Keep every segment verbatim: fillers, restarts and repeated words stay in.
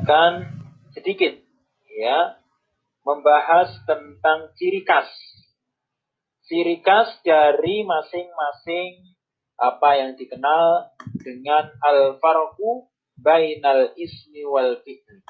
akan sedikit ya membahas tentang ciri khas. Ciri khas dari masing-masing apa yang dikenal dengan al-farqu bainal ismi wal fi'li.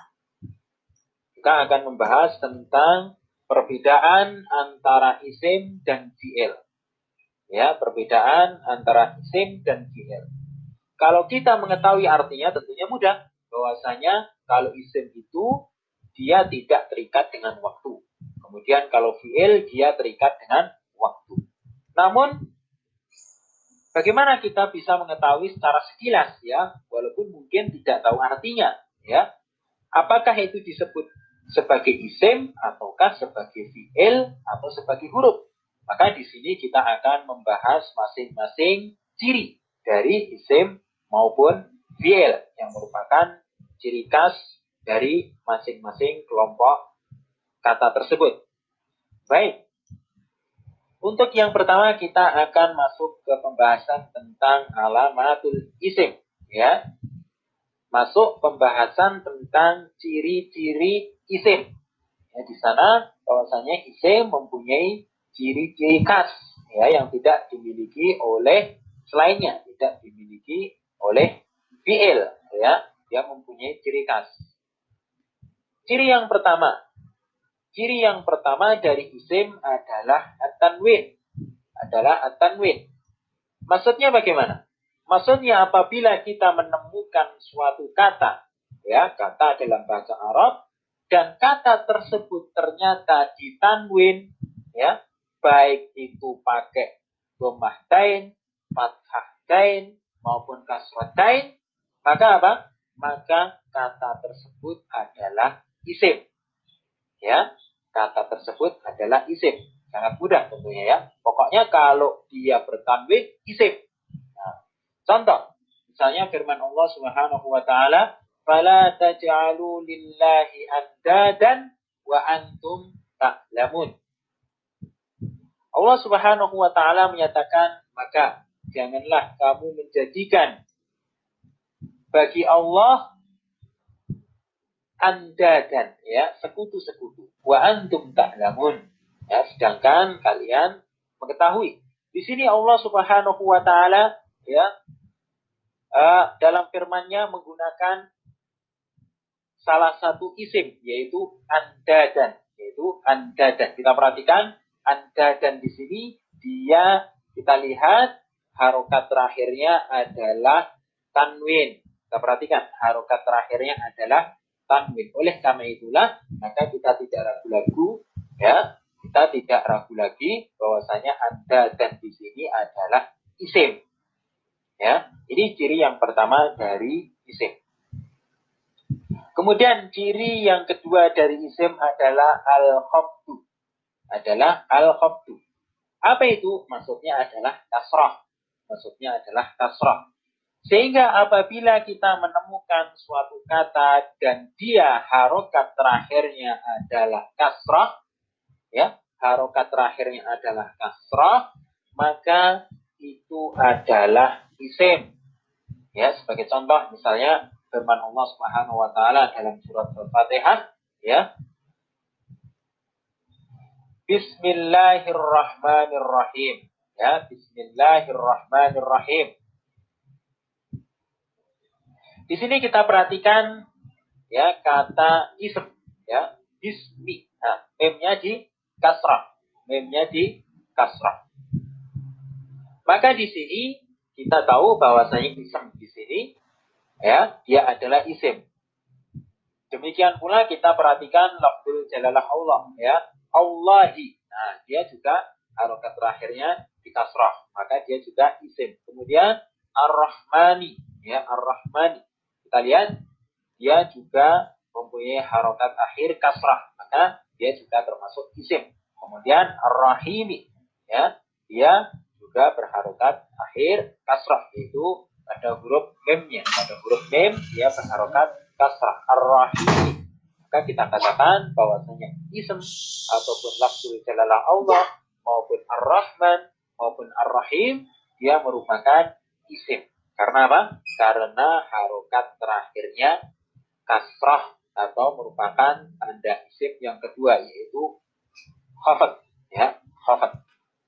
Kita akan membahas tentang perbedaan antara isim dan fi'il. Ya, perbedaan antara isim dan fi'il. Kalau kita mengetahui artinya tentunya mudah. Bahwasanya kalau isim itu dia tidak terikat dengan waktu. Kemudian kalau fi'il dia terikat dengan waktu. Namun bagaimana kita bisa mengetahui secara sekilas ya, walaupun mungkin tidak tahu artinya ya. Apakah itu disebut sebagai isim ataukah sebagai fi'il atau sebagai huruf? Maka di sini kita akan membahas masing-masing ciri dari isim maupun fi'il yang merupakan ciri khas dari masing-masing kelompok kata tersebut. Baik. Untuk yang pertama kita akan masuk ke pembahasan tentang alamatul isim ya. Masuk pembahasan tentang ciri-ciri isim. Ya, di sana bahwasanya isim mempunyai ciri-ciri khas ya yang tidak dimiliki oleh selainnya, tidak dimiliki oleh fi'il ya. Dia mempunyai ciri khas. Ciri yang pertama. Ciri yang pertama dari isim adalah at-tanwin. Adalah at-tanwin. Maksudnya bagaimana? Maksudnya apabila kita menemukan suatu kata, ya, kata dalam bahasa Arab, dan kata tersebut ternyata ditanwin, ya, baik itu pakai dhammah tain, fathah tain, maupun kasrah tain, maka apa? Maka kata tersebut adalah isim. Ya, kata tersebut adalah isim. Sangat mudah tentunya ya. Pokoknya kalau dia bertanwin, isim. Nah, contoh, misalnya firman Allah Subhanahu wa taala, "Fala taj'alu lillahi andadan wa antum ta'lamun." Allah Subhanahu wa taala menyatakan, maka janganlah kamu menjadikan bagi Allah andadan ya, sekutu-sekutu. Wa antum ta'lamun. Ya, sedangkan kalian mengetahui. Di sini Allah Subhanahu wa taala ya uh, dalam firman-Nya menggunakan salah satu isim yaitu andadan, yaitu andadan. Kita perhatikan andadan di sini dia kita lihat harokat terakhirnya adalah tanwin. Kita perhatikan harokat terakhirnya adalah tanwin. Oleh karena itulah maka kita tidak ragu-ragu ya, kita tidak ragu lagi bahwasanya andadan di sini adalah isim. Ya, ini ciri yang pertama dari isim. Kemudian ciri yang kedua dari isim adalah al-khafdu. Adalah al-khafdu. Apa itu? Maksudnya adalah kasrah. Maksudnya adalah kasrah. Sehingga apabila kita menemukan suatu kata dan dia harokat terakhirnya adalah kasrah, ya, harokat terakhirnya adalah kasrah, maka itu adalah isim. Ya, sebagai contoh misalnya firman Allah Subhanahu wa taala dalam surat Al-Fatihah, ya. Bismillahirrahmanirrahim. Ya, bismillahirrahmanirrahim. Di sini kita perhatikan ya kata ism ya, bismi. Nah, memnya di kasrah. Memnya di kasrah. Maka di sini kita tahu bahwasanya ism di sini ya, dia adalah isim. Demikian pula kita perhatikan lafzul jalalah Allah ya, Allahi. Nah, dia juga harokat terakhirnya di kasrah, maka dia juga isim. Kemudian Ar-Rahmani ya, Ar-Rahmani. Kita lihat dia juga mempunyai harokat akhir kasrah, maka dia juga termasuk isim. Kemudian Ar-Rahimi ya, dia juga berharokat akhir kasrah, yaitu pada huruf memnya, pada huruf mem dia berharokat kasrah. Ar-Rahimi. Maka kita katakan bahwasanya isim ataupun lafzul jalalah Allah maupun Ar-Rahman maupun Ar-Rahim dia merupakan isim. Karena apa? Karena harokat terakhirnya kasrah atau merupakan tanda isim yang kedua, yaitu khafad, ya, khafad.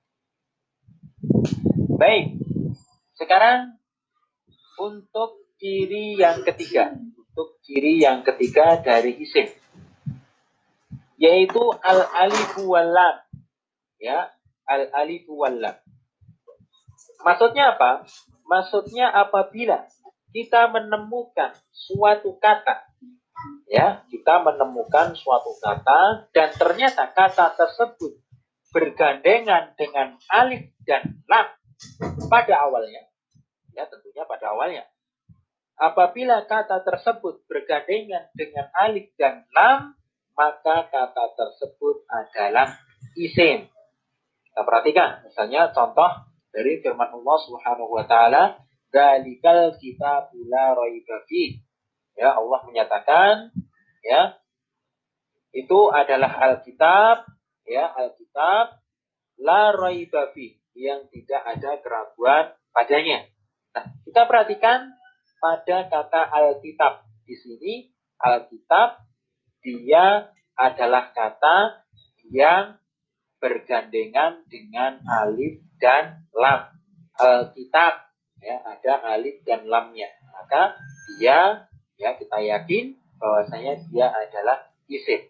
Baik, sekarang untuk ciri yang ketiga, untuk ciri yang ketiga dari isim, yaitu al-alifu wal-lam, ya, al-alifu wal-lam. Maksudnya apa? Maksudnya apabila kita menemukan suatu kata, ya, kita menemukan suatu kata dan ternyata kata tersebut bergandengan dengan alif dan lam pada awalnya, ya, tentunya pada awalnya. Apabila kata tersebut bergandengan dengan alif dan lam, maka kata tersebut adalah isim. Kita perhatikan, misalnya contoh dari firman Allah Subhanahu wa taala, "Dzalikal kitabu la raiba fihi." Ya, Allah menyatakan, ya, itu adalah Alkitab, ya, Alkitab la raiba fihi, yang tidak ada keraguan padanya. Nah, kita perhatikan pada kata Alkitab di sini, Alkitab dia adalah kata yang bergandengan dengan alif dan lam. Alkitab, ya, ada alif dan lamnya. Maka dia, ya, kita yakin bahwasanya dia adalah isim.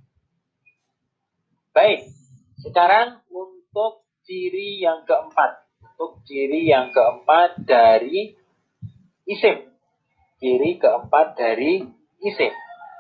Baik, sekarang untuk ciri yang keempat. Untuk ciri yang keempat dari isim. Ciri keempat dari isim,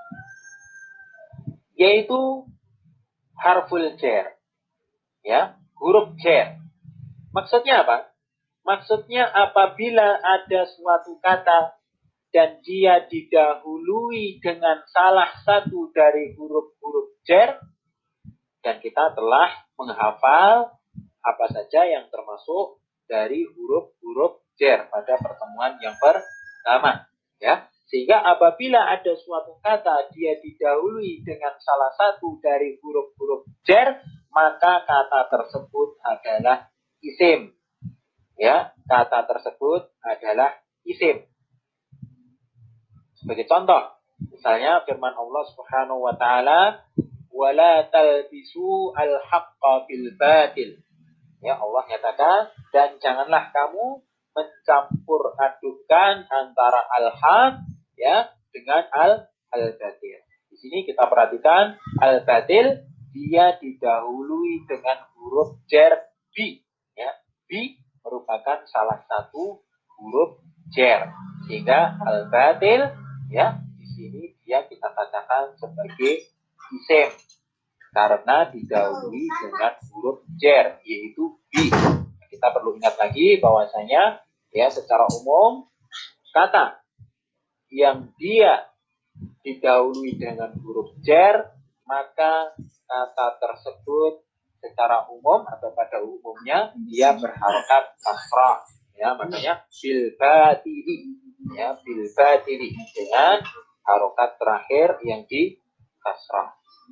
yaitu harful jar, ya, huruf jar. Maksudnya apa? Maksudnya apabila ada suatu kata dan dia didahului dengan salah satu dari huruf-huruf jar, dan kita telah menghafal apa saja yang termasuk dari huruf-huruf jar pada pertemuan yang pertama, ya. Sehingga apabila ada suatu kata dia didahului dengan salah satu dari huruf-huruf jar, maka kata tersebut adalah isim. Ya, kata tersebut adalah isim. Sebagai contoh, misalnya firman Allah Subhanahu wa taala, "Wala talbisu al-haqqa bil batil." Ya, Allah nyatakan, dan janganlah kamu mencampur adukan antara al-haq, ya, dengan al-batil. Di sini kita perhatikan al-batil dia didahului dengan huruf jar bi, ya. Bi merupakan salah satu huruf jar, sehingga al-batil, ya, di sini dia kita katakan sebagai isim karena didahului dengan huruf jar, yaitu bi. Kita perlu ingat lagi bahwasanya, ya, secara umum kata yang dia didahului dengan huruf jar, maka kata tersebut secara umum atau pada umumnya dia berharokat kasrah, ya, makanya bil batili, ya, bil batili dengan harokat terakhir yang di kasrah.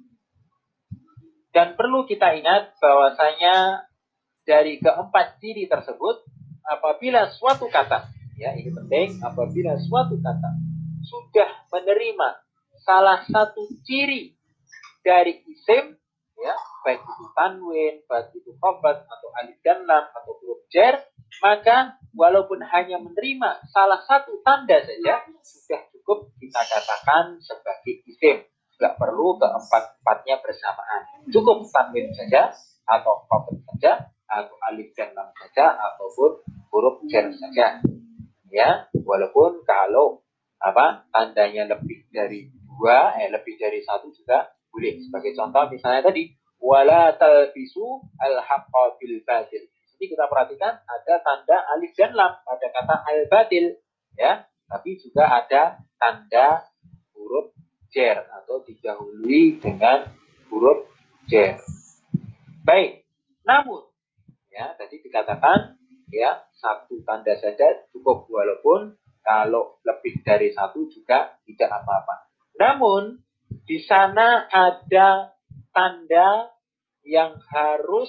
Dan perlu kita ingat bahwasanya dari keempat ciri tersebut, apabila suatu kata, ya, ini penting, apabila suatu kata sudah menerima salah satu ciri dari isim, ya, baik itu tanwin, baik itu khafad atau alif dan lam atau huruf jar, maka walaupun hanya menerima salah satu tanda saja sudah cukup kita katakan sebagai isim. Tidak perlu keempat-empatnya bersamaan. Cukup tanwin saja atau khafad saja atau alif dan lam saja ataupun huruf jar saja. Ya, walaupun kalau apa tandanya lebih dari dua, eh lebih dari satu juga boleh. Sebagai contoh misalnya tadi, wala talbisu al-haqqa bil batil. Jadi kita perhatikan ada tanda alif dan lam pada kata al-batil, ya, tapi juga ada tanda huruf jar atau didahului dengan huruf jar. Baik, namun, ya, tadi dikatakan, ya, satu tanda saja cukup, walaupun kalau lebih dari satu juga tidak apa-apa. Namun di sana ada tanda yang harus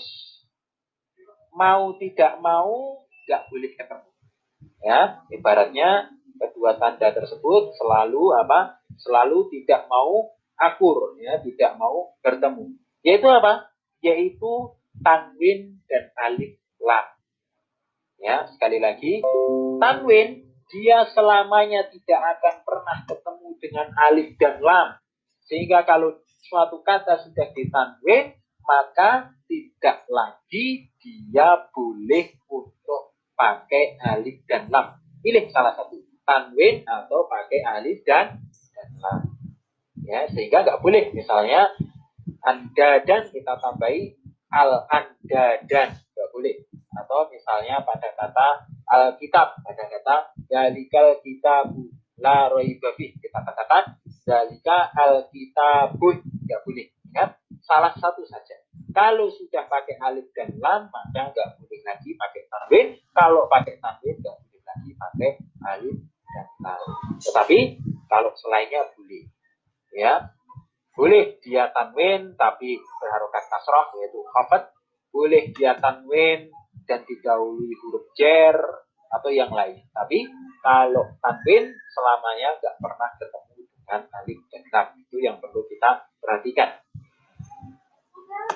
mau tidak mau tidak boleh ketemu. Ya, ibaratnya kedua tanda tersebut selalu apa? Selalu tidak mau akur, ya, tidak mau bertemu. Yaitu apa? Yaitu tanwin dan alif lam. Ya, sekali lagi, tanwin dia selamanya tidak akan pernah ketemu dengan alif dan lam. Sehingga kalau suatu kata sudah ditanwin, maka tidak lagi dia boleh untuk pakai alif dan lam. Pilih salah satu, tanwin atau pakai alif dan, dan lam. Ya, sehingga nggak boleh misalnya anda dan kita tambahi al anda dan, nggak boleh. Atau misalnya pada kata alkitab, pada kata dalikal kitabu la raiba fih, kita katakan dalika alkitabun, nggak boleh. Ingat, salah satu saja. Kalau sudah pakai alif dan lam, maka nggak boleh lagi pakai tanwin. Kalau pakai tanwin, nggak boleh lagi pakai alif dan lam. Tetapi kalau selainnya boleh, ya. Boleh dia tanwin tapi berharokat kasroh, yaitu khafat. Boleh dia tanwin dan didahului huruf jer atau yang lain. Tapi kalau tanwin selamanya nggak pernah ketemu dengan alif dan lam. Itu yang perlu kita perhatikan.